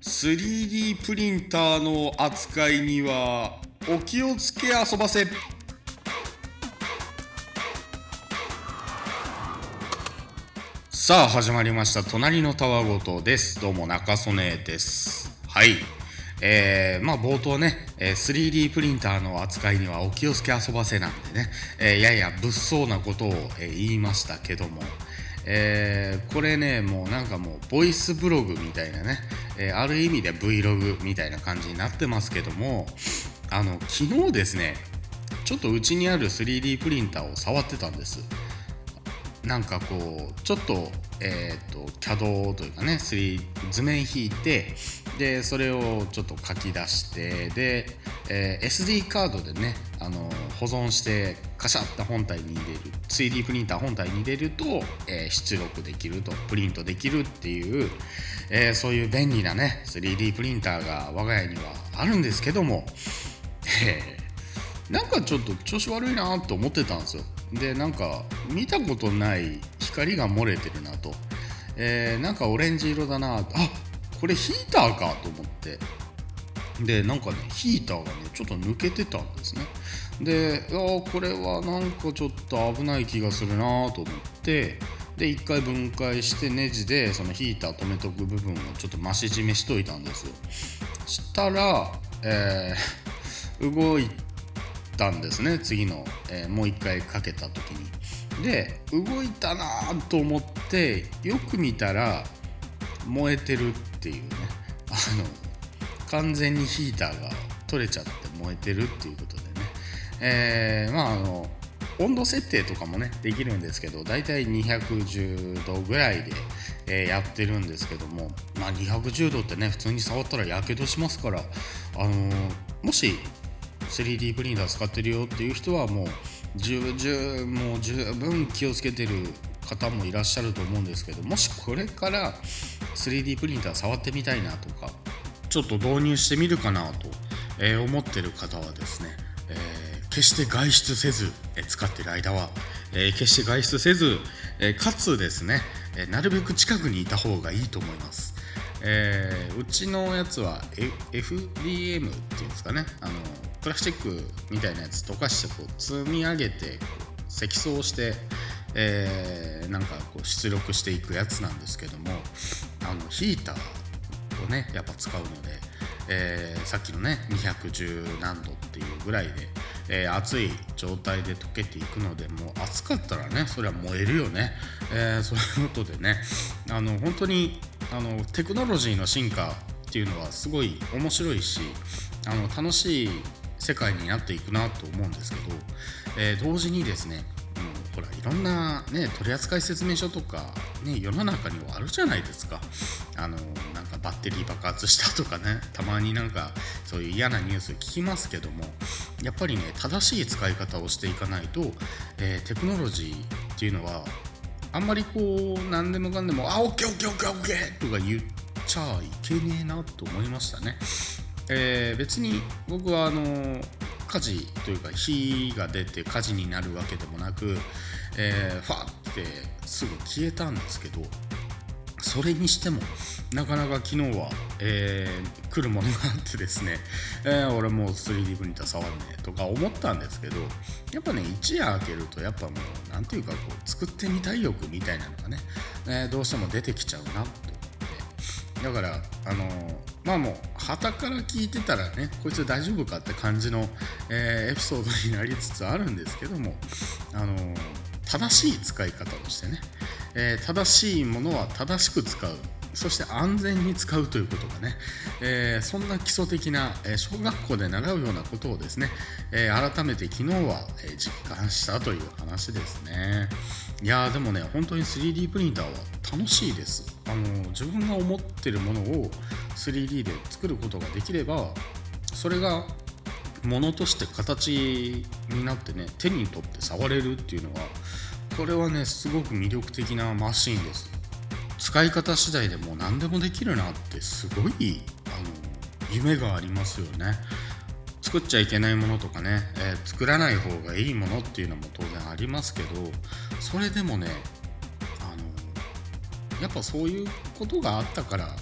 3D プリンターの扱いにはお気をつけ遊ばせ。さあ始まりました、隣のたわごとです。どうも中曽根です。はい、冒頭ね、3D プリンターの扱いにはお気をつけ遊ばせなんでね、やや物騒なことを、言いましたけども、これね、もうなんかもうボイスブログみたいなね、ある意味で Vlog みたいな感じになってますけども、昨日ですね、ちょっとうちにある 3D プリンターを触ってたんです。なんかこうちょっとCAD というかね、図面引いて、でそれをちょっと書き出して、で、SD カードでね、保存してカシャッと本体に入れる、 3D プリンター本体に入れると、出力できると、プリントできるっていう、そういう便利なね 3D プリンターが我が家にはあるんですけども、なんかちょっと調子悪いなと思ってたんですよ。でなんか見たことない光が漏れてるなと、なんかオレンジ色だな、これヒーターかと思って、でなんかねヒーターがねちょっと抜けてたんですね。でこれはなんかちょっと危ない気がするなと思って、で一回分解してネジでそのヒーター止めとく部分をちょっと増し締めしといたんですよ。したら、動いたんですね、次の、もう一回かけた時に。で動いたなと思ってよく見たら燃えてるっていうね、完全にヒーターが取れちゃって燃えてるっていうことでね、温度設定とかもねできるんですけど、だいたい210度ぐらいで、やってるんですけども、210度ってね普通に触ったらやけどしますから、もし 3D プリンター使ってるよっていう人はもう十分気をつけてる方もいらっしゃると思うんですけど、もしこれから 3D プリンター触ってみたいなとか、ちょっと導入してみるかなと、思ってる方はですね、決して外出せず、使っている間は、決して外出せず、かつですね、なるべく近くにいた方がいいと思います。うちのやつは、FDM っていうんですかね、プラスチックみたいなやつ溶かしてこう積み上げて積層して、なんかこう出力していくやつなんですけども、ヒーターをねやっぱ使うので、さっきのね210何度っていうぐらいで、熱い状態で溶けていくので、もう熱かったらねそれは燃えるよね。そういうことでね、本当にテクノロジーの進化っていうのはすごい面白いし、楽しい世界になっていくなと思うんですけど、同時にですね、ほらいろんな、ね、取扱説明書とか、ね、世の中にはあるじゃないですか。なんかバッテリー爆発したとかね、たまになんかそういう嫌なニュース聞きますけども、やっぱりね正しい使い方をしていかないと、テクノロジーっていうのはあんまりこう何でもかんでもオッケーオッケーオッケーオッケーとか言っちゃいけねえなと思いましたね。別に僕は火事というか火が出て火事になるわけでもなく、ファーってすぐ消えたんですけど、それにしてもなかなか昨日は、来るものがあってですね、俺もう 3D プリンター触るねとか思ったんですけど、やっぱね一夜明けるとやっぱもうなんていうかこう作ってみたい欲みたいなのがね、どうしても出てきちゃうなと思って、だからもう傍から聞いてたらねこいつ大丈夫かって感じの、エピソードになりつつあるんですけども、正しい使い方をしてね、正しいものは正しく使う、そして安全に使うということがね、そんな基礎的な、小学校で習うようなことをですね、改めて昨日は、実感したという話ですね。いやでもね本当に 3D プリンターは楽しいです。自分が思ってるものを 3D で作ることができれば、それがものとして形になってね手に取って触れるっていうのは、これはねすごく魅力的なマシーンです。使い方次第でもう何でもできるなってすごい夢がありますよね。作っちゃいけないものとかね、作らない方がいいものっていうのも当然ありますけど、それでもねやっぱそういうことがあったから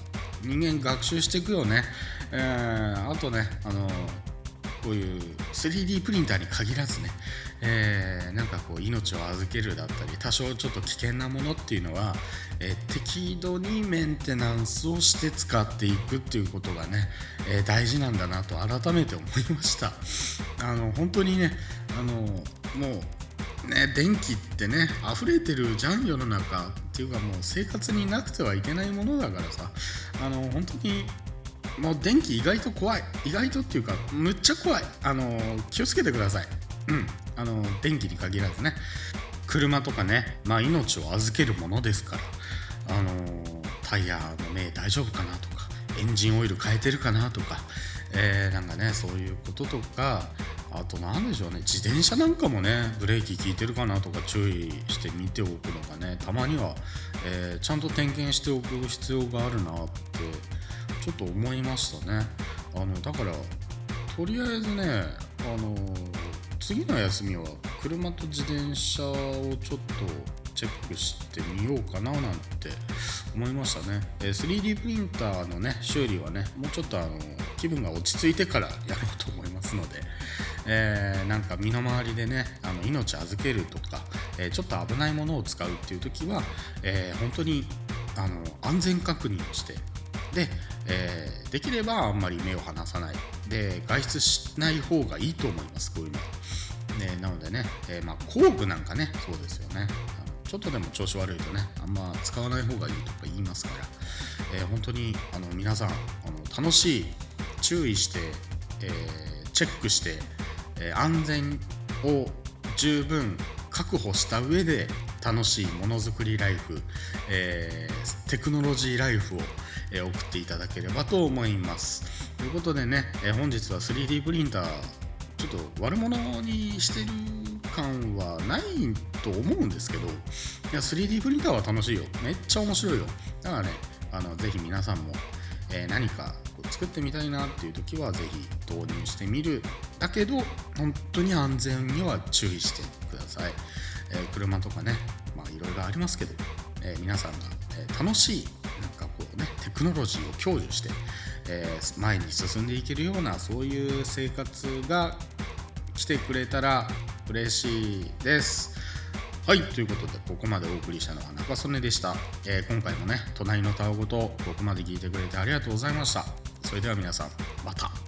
人間学習していくよね。あとねこういう 3D プリンターに限らずね、なんかこう命を預けるだったり多少ちょっと危険なものっていうのは、適度にメンテナンスをして使っていくっていうことがね、大事なんだなと改めて思いました。本当にねもうね電気ってね溢れてるじゃん世の中っていうか、もう生活になくてはいけないものだからさ、本当にもう電気意外と怖い、意外とっていうかむっちゃ怖い。気をつけてください。電気に限らずね、車とかね、命を預けるものですから、タイヤの目大丈夫かなとか、エンジンオイル変えてるかなとか、なんかねそういうこととか、あと何でしょうね、自転車なんかもねブレーキ効いてるかなとか注意して見ておくのがね、たまには、ちゃんと点検しておく必要があるなってちょっと思いましたね。だからとりあえずね次の休みは車と自転車をちょっとチェックしてみようかななんて思いましたね。3D プリンターのね修理はねもうちょっと気分が落ち着いてからやろうと思いますので、なんか身の回りでね命預けるとか、ちょっと危ないものを使うっていう時は、本当に安全確認をしてで、できればあんまり目を離さないで外出しない方がいいと思います。こういうのなのでね、工具なんかねそうですよね。ちょっとでも調子悪いとねあんま使わない方がいいとか言いますから、本当に皆さん楽しい注意して、チェックして、安全を十分確保した上で楽しいものづくりライフ、テクノロジーライフを、送っていただければと思います。ということでね、本日は 3D プリンターちょっと悪者にしてる感はないと思うんですけど、いや 3D プリンターは楽しいよ、めっちゃ面白いよ。だからねぜひ皆さんも、何か作ってみたいなっていう時はぜひ導入してみる。だけど本当に安全には注意してください。車とかねいろいろありますけど、皆さんが、楽しいなんかこうねテクノロジーを享受して、前に進んでいけるようなそういう生活が来てくれたら嬉しいです。はい、ということでここまでお送りしたのは中曽根でした。今回もね隣のたわごとここまで聞いてくれてありがとうございました。それでは皆さんまた。